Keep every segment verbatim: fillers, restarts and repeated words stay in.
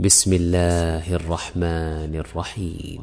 بسم الله الرحمن الرحيم.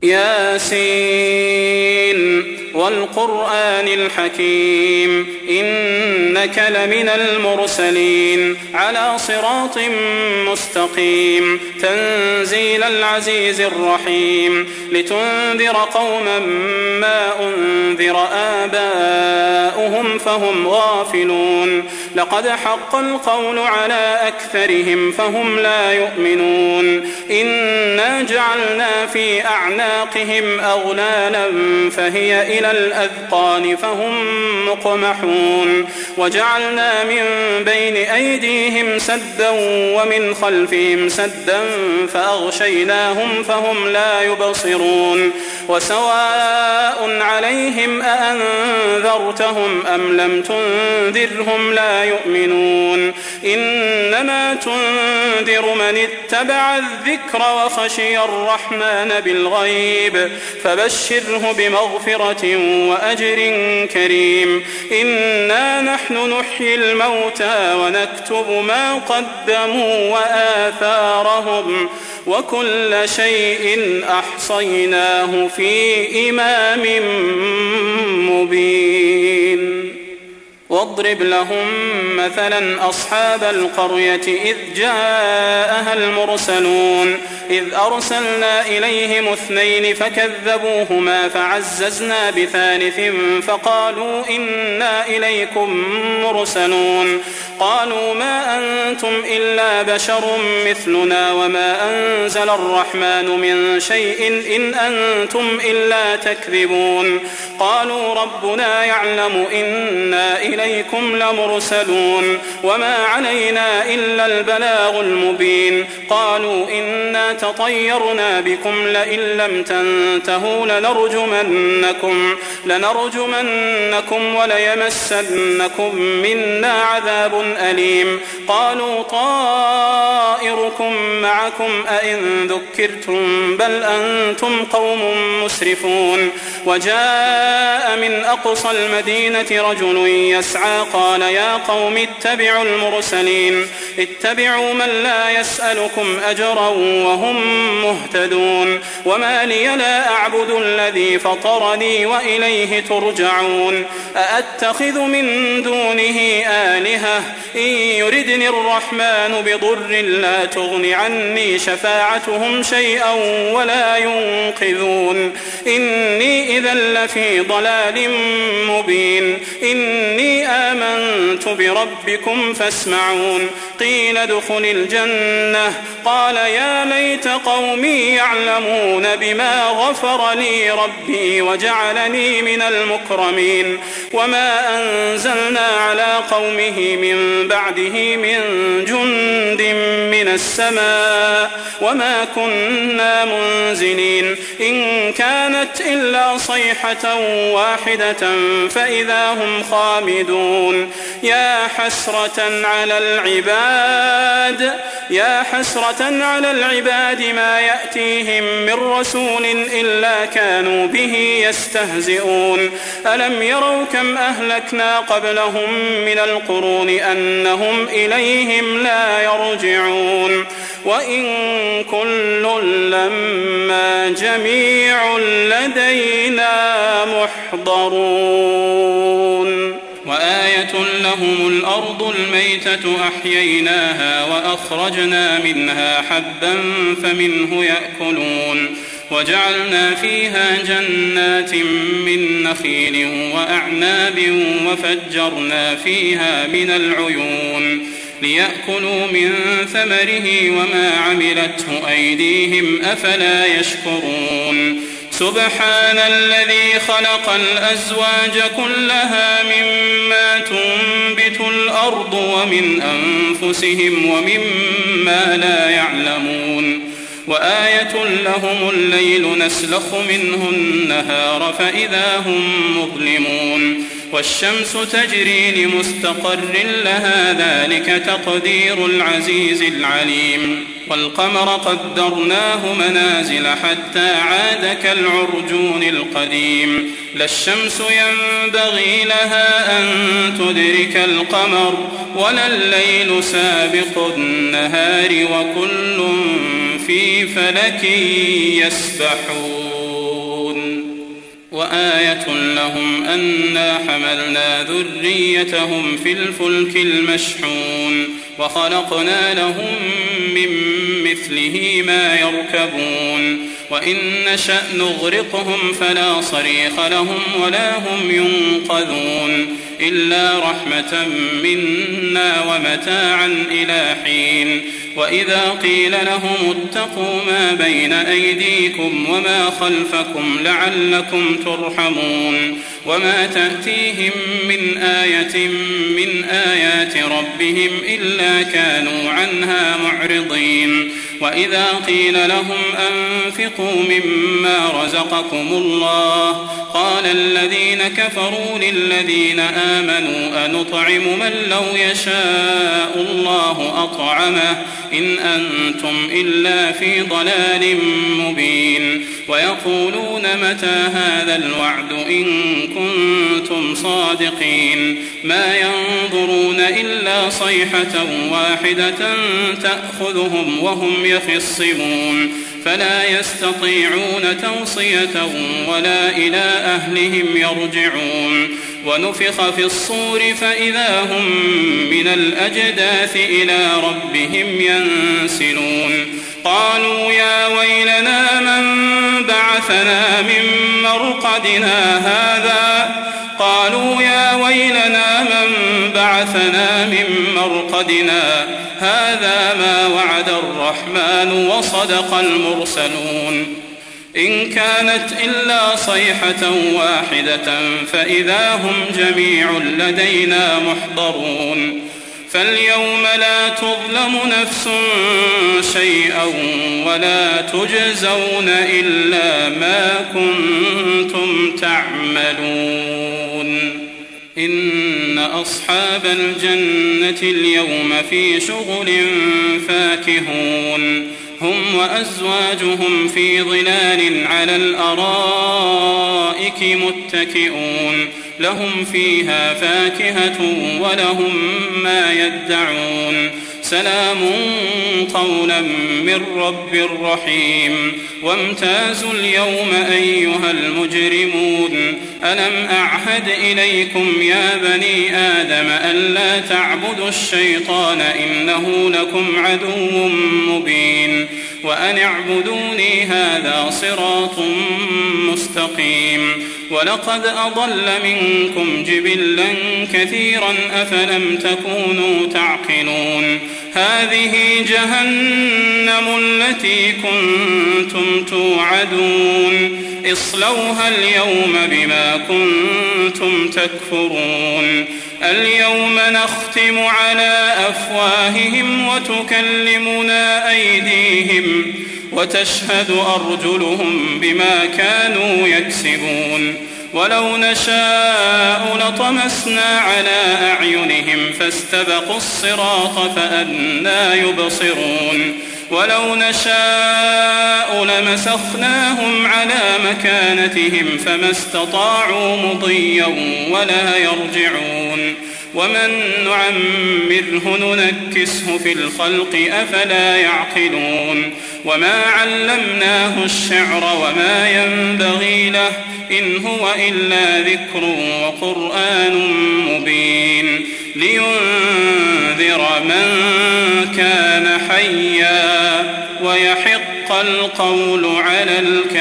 ياسين والقرآن الحكيم إنك لمن المرسلين على صراط مستقيم تنزيل العزيز الرحيم لتنذر قوما ما أنذر آباؤهم فهم غافلون لقد حق القول على أكثرهم فهم لا يؤمنون إنا جعلنا في أعناقهم أغلالا فهي إلى الأذقان فهم مقمحون وجعلنا من بين أيديهم سدا ومن خلفهم سدا فأغشيناهم فهم لا يبصرون وسواء عليهم أأنذرتهم أم لم تنذرهم لا يؤمنون إنما تنذر من اتبع الذكر وخشي الرحمن بالغيب فبشره بمغفرة وأجر كريم إنا نحن نحيي الموتى ونكتب ما قدموا وآثارهم وكل شيء أحصيناه في إمام مبين واضرب لهم مثلا أصحاب القرية إذ جاءها المرسلون إذ أرسلنا إليهم اثنين فكذبوهما فعززنا بثالث فقالوا إنا إليكم مرسلون قالوا ما أنتم إلا بشر مثلنا وما أنزل الرحمن من شيء إن أنتم إلا تكذبون قالوا ربنا يعلم إنا إليكم لمرسلون وما علينا إلا البلاغ المبين قالوا إنا تطيرنا بكم لئن لم تنتهوا لنرجمنكم, لنرجمنكم وليمسنكم منا عذاب أليم قالوا طائركم معكم أئن ذكرتم بل أنتم قوم مسرفون وجاء من أقصى المدينة رجل يسعى قال يا قوم اتبعوا المرسلين اتبعوا من لا يسألكم أجرا وهم مهتدون وما لي لا أعبد الذي فطرني وإليه ترجعون أأتخذ من دونه آلهة إن يردني الرحمن بضر لا تغن عني شفاعتهم شيئا ولا ينقذون إني إذا لفي ضلال مبين إني آمنت بربكم فاسمعون قيل ادخل الجنة قال يا ليت قومي يعلمون بما غفر لي ربي وجعلني من المكرمين وما أنزلنا على قومه من بعده من جند من السماء وما كنا منزلين إن كانت إلا صيحة واحدة فإذا هم خامدون يا حسرة على العباد يا حسرة على العباد ما يأتيهم من رسول إلا كانوا به يستهزئون ألم يروا كم أهلكنا قبلهم من القرون أنهم إليهم لا يرجعون وإن كل لما جميع لدينا محضرون وآية لهم الأرض الميتة أحييناها وأخرجنا منها حبا فمنه يأكلون وجعلنا فيها جنات من نخيل وأعناب وفجرنا فيها من العيون ليأكلوا من ثمره وما عملته أيديهم أفلا يشكرون سبحان الذي خلق الأزواج كلها مما تنبت الأرض ومن أنفسهم ومما لا يعلمون وآية لهم الليل نسلخ منه النهار فإذا هم مظلمون والشمس تجري لمستقر لها ذلك تقدير العزيز العليم والقمر قدرناه منازل حتى عاد كالعرجون القديم لا الشمس ينبغي لها أن تدرك القمر ولا الليل سابق النهار وكل في فلك يسبحون وآية لهم أنا حملنا ذريتهم في الفلك المشحون وخلقنا لهم من مثله ما يركبون وإن نشأ نغرقهم فلا صريخ لهم ولا هم ينقذون إلا رحمة منا ومتاعا إلى حين وإذا قيل لهم اتقوا ما بين أيديكم وما خلفكم لعلكم ترحمون وما تأتيهم من آية من آيات ربهم إلا كانوا عنها معرضين وإذا قيل لهم أنفقوا مما رزقكم الله قال الذين كفروا للذين آمنوا أنطعم من لو يشاء الله أطعمه إن أنتم إلا في ضلال مبين ويقولون متى هذا الوعد إن كنتم صادقين ما ينظرون إلا صيحة واحدة تأخذهم وهم يخصمون فلا يستطيعون توصية ولا إلى أهلهم يرجعون ونفخ في الصور فإذا هم من الأجداث إلى ربهم ينسلون قالوا يا ويلنا من بعثنا من مرقدنا هذا قالوا يا ويلنا من بعثنا من مرقدنا هذا ما وعد الرحمن وصدق المرسلون إن كانت إلا صيحة واحدة فإذا هم جميع لدينا محضرون فاليوم لا تظلم نفس شيئا ولا تجزون إلا ما كنتم تعملون إن أصحاب الجنة اليوم في شغل فاكهون هم وأزواجهم في ظلال على الأرائك متكئون لهم فيها فاكهة ولهم ما يدعون سلام قولا من رب رحيم وامتازوا اليوم أيها المجرمون ألم أعهد إليكم يا بني آدم ألا تعبدوا الشيطان إنه لكم عدو مبين وأن اعبدوني هذا صراط مستقيم ولقد أضل منكم جبلا كثيرا أفلم تكونوا تعقلون هذه جهنم التي كنتم توعدون اصلوها اليوم بما كنتم تكفرون اليوم نختم على أفواههم وتكلمنا أيديهم وتشهد أرجلهم بما كانوا يكسبون ولو نشاء لطمسنا على أعينهم فاستبقوا الصراط فأنى يبصرون ولو نشاء لمسخناهم على مكانتهم فما استطاعوا مضيا ولا يرجعون ومن نعمره ننكسه في الخلق أفلا يعقلون وما علمناه الشعر وما ينبغي له إن هو إلا ذكر وقرآن مبين لينذر من كان حيا ويحق القول على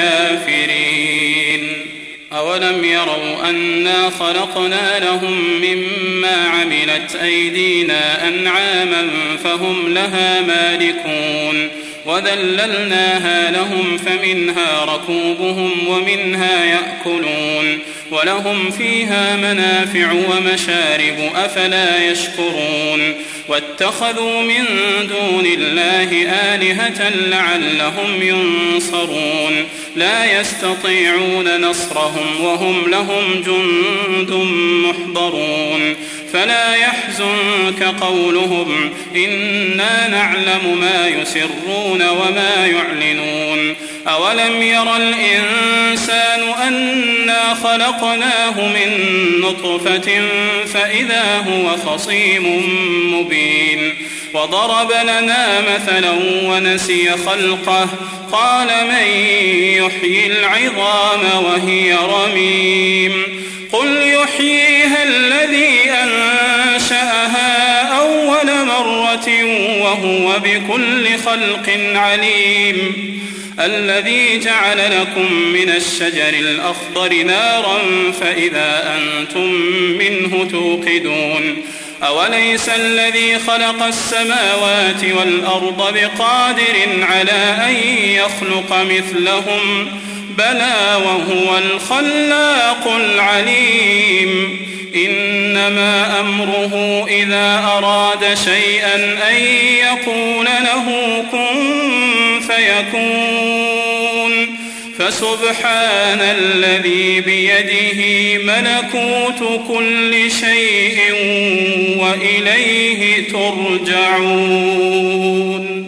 الكافرين أولم يروا أنا خلقنا لهم مما عملت أيدينا أنعاما فهم لها مالكون وذللناها لهم فمنها ركوبهم ومنها يأكلون ولهم فيها منافع ومشارب أفلا يشكرون واتخذوا من دون الله آلهة لعلهم ينصرون لا يستطيعون نصرهم وهم لهم جند محضرون فلا يحزنك قولهم إنا نعلم ما يسرون وما يعلنون أولم ير الإنسان أنا خلقناه من نطفة فإذا هو خصيم مبين وضرب لنا مثلا ونسي خلقه قال من يحيي العظام وهي رميم قل يحييها الذي أنشأها أول مرة وهو بكل خلق عليم الذي جعل لكم من الشجر الأخضر نارا فإذا أنتم منه توقدون أوليس الذي خلق السماوات والأرض بقادر على أن يخلق مثلهم بلى وهو الخلاق العليم إنما أمره إذا أراد شيئا أن يقول له كن فيكون فسبحان الذي بيده ملكوت كل شيء وإليه ترجعون.